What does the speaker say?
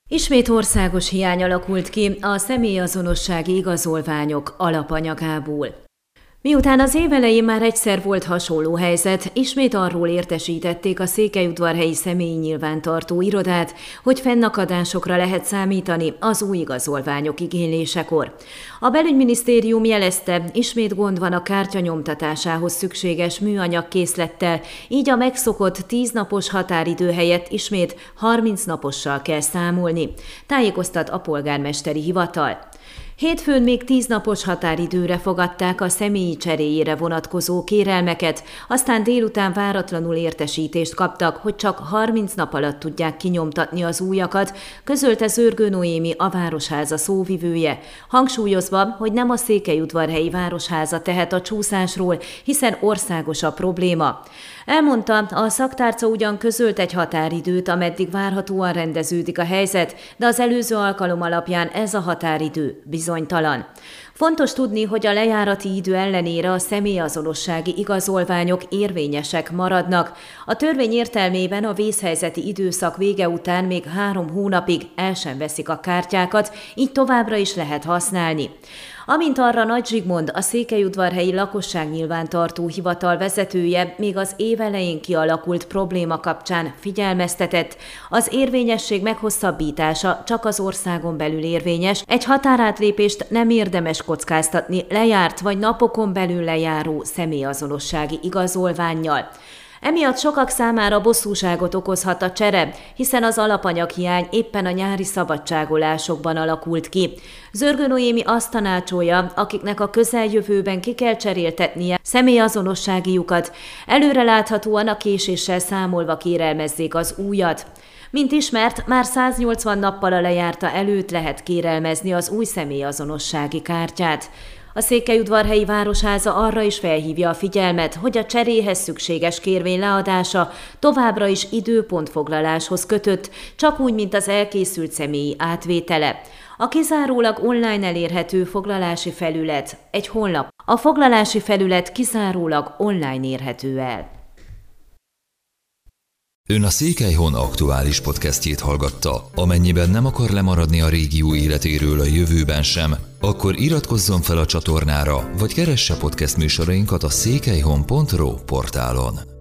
Ismét országos hiány alakult ki a személyazonossági igazolványok alapanyagából. Miután az év elején már egyszer volt hasonló helyzet, ismét arról értesítették a székelyudvarhelyi személyi nyilvántartó irodát, hogy fennakadásokra lehet számítani az új igazolványok igénylésekor. A belügyminisztérium jelezte, ismét gond van a kártya nyomtatásához szükséges műanyagkészlettel, így a megszokott 10 napos határidő helyett ismét 30 napossal kell számolni, tájékoztat a polgármesteri hivatal. Hétfőn még 10 napos határidőre fogadták a személyi cseréjére vonatkozó kérelmeket, aztán délután váratlanul értesítést kaptak, hogy csak 30 nap alatt tudják kinyomtatni az újakat, közölte Zörgő Noémi, a Városháza szóvivője, hangsúlyozva, hogy nem a Székelyudvarhelyi Városháza tehet a csúszásról, hiszen országos a probléma. Elmondta, a szaktárca ugyan közölt egy határidőt, ameddig várhatóan rendeződik a helyzet, de az előző alkalom alapján ez a határidő bizonytalan. Fontos tudni, hogy a lejárati idő ellenére a személyazonossági igazolványok érvényesek maradnak. A törvény értelmében a vészhelyzeti időszak vége után még 3 hónapig el sem veszik a kártyákat, így továbbra is lehet használni. Amint arra Nagy Zsigmond, a Székelyudvarhelyi Lakosságnyilvántartó Hivatal vezetője még az év elején kialakult probléma kapcsán figyelmeztetett, az érvényesség meghosszabbítása csak az országon belül érvényes, egy határátlépést nem érdemes kockáztatni lejárt vagy napokon belül lejáró személyazonossági igazolvánnyal. Emiatt sokak számára bosszúságot okozhat a csere, hiszen az alapanyaghiány éppen a nyári szabadságolásokban alakult ki. Zörgő Noémi azt tanácsolja, akiknek a közeljövőben ki kell cseréltetnie személyazonosságiukat, előreláthatóan a késéssel számolva kérelmezzék az újat. Mint ismert, már 180 nappal a lejárta előtt lehet kérelmezni az új személyazonossági kártyát. A Székelyudvarhelyi Városháza arra is felhívja a figyelmet, hogy a cseréhez szükséges kérvény leadása továbbra is időpontfoglaláshoz kötött, csak úgy, mint az elkészült személyi átvétele. A kizárólag online elérhető foglalási felület egy honlap. A foglalási felület kizárólag online érhető el. Ön a Székelyhon aktuális podcastjét hallgatta. Amennyiben nem akar lemaradni a régió életéről a jövőben sem, akkor iratkozzon fel a csatornára, vagy keresse podcast műsorainkat a székelyhon.ro portálon.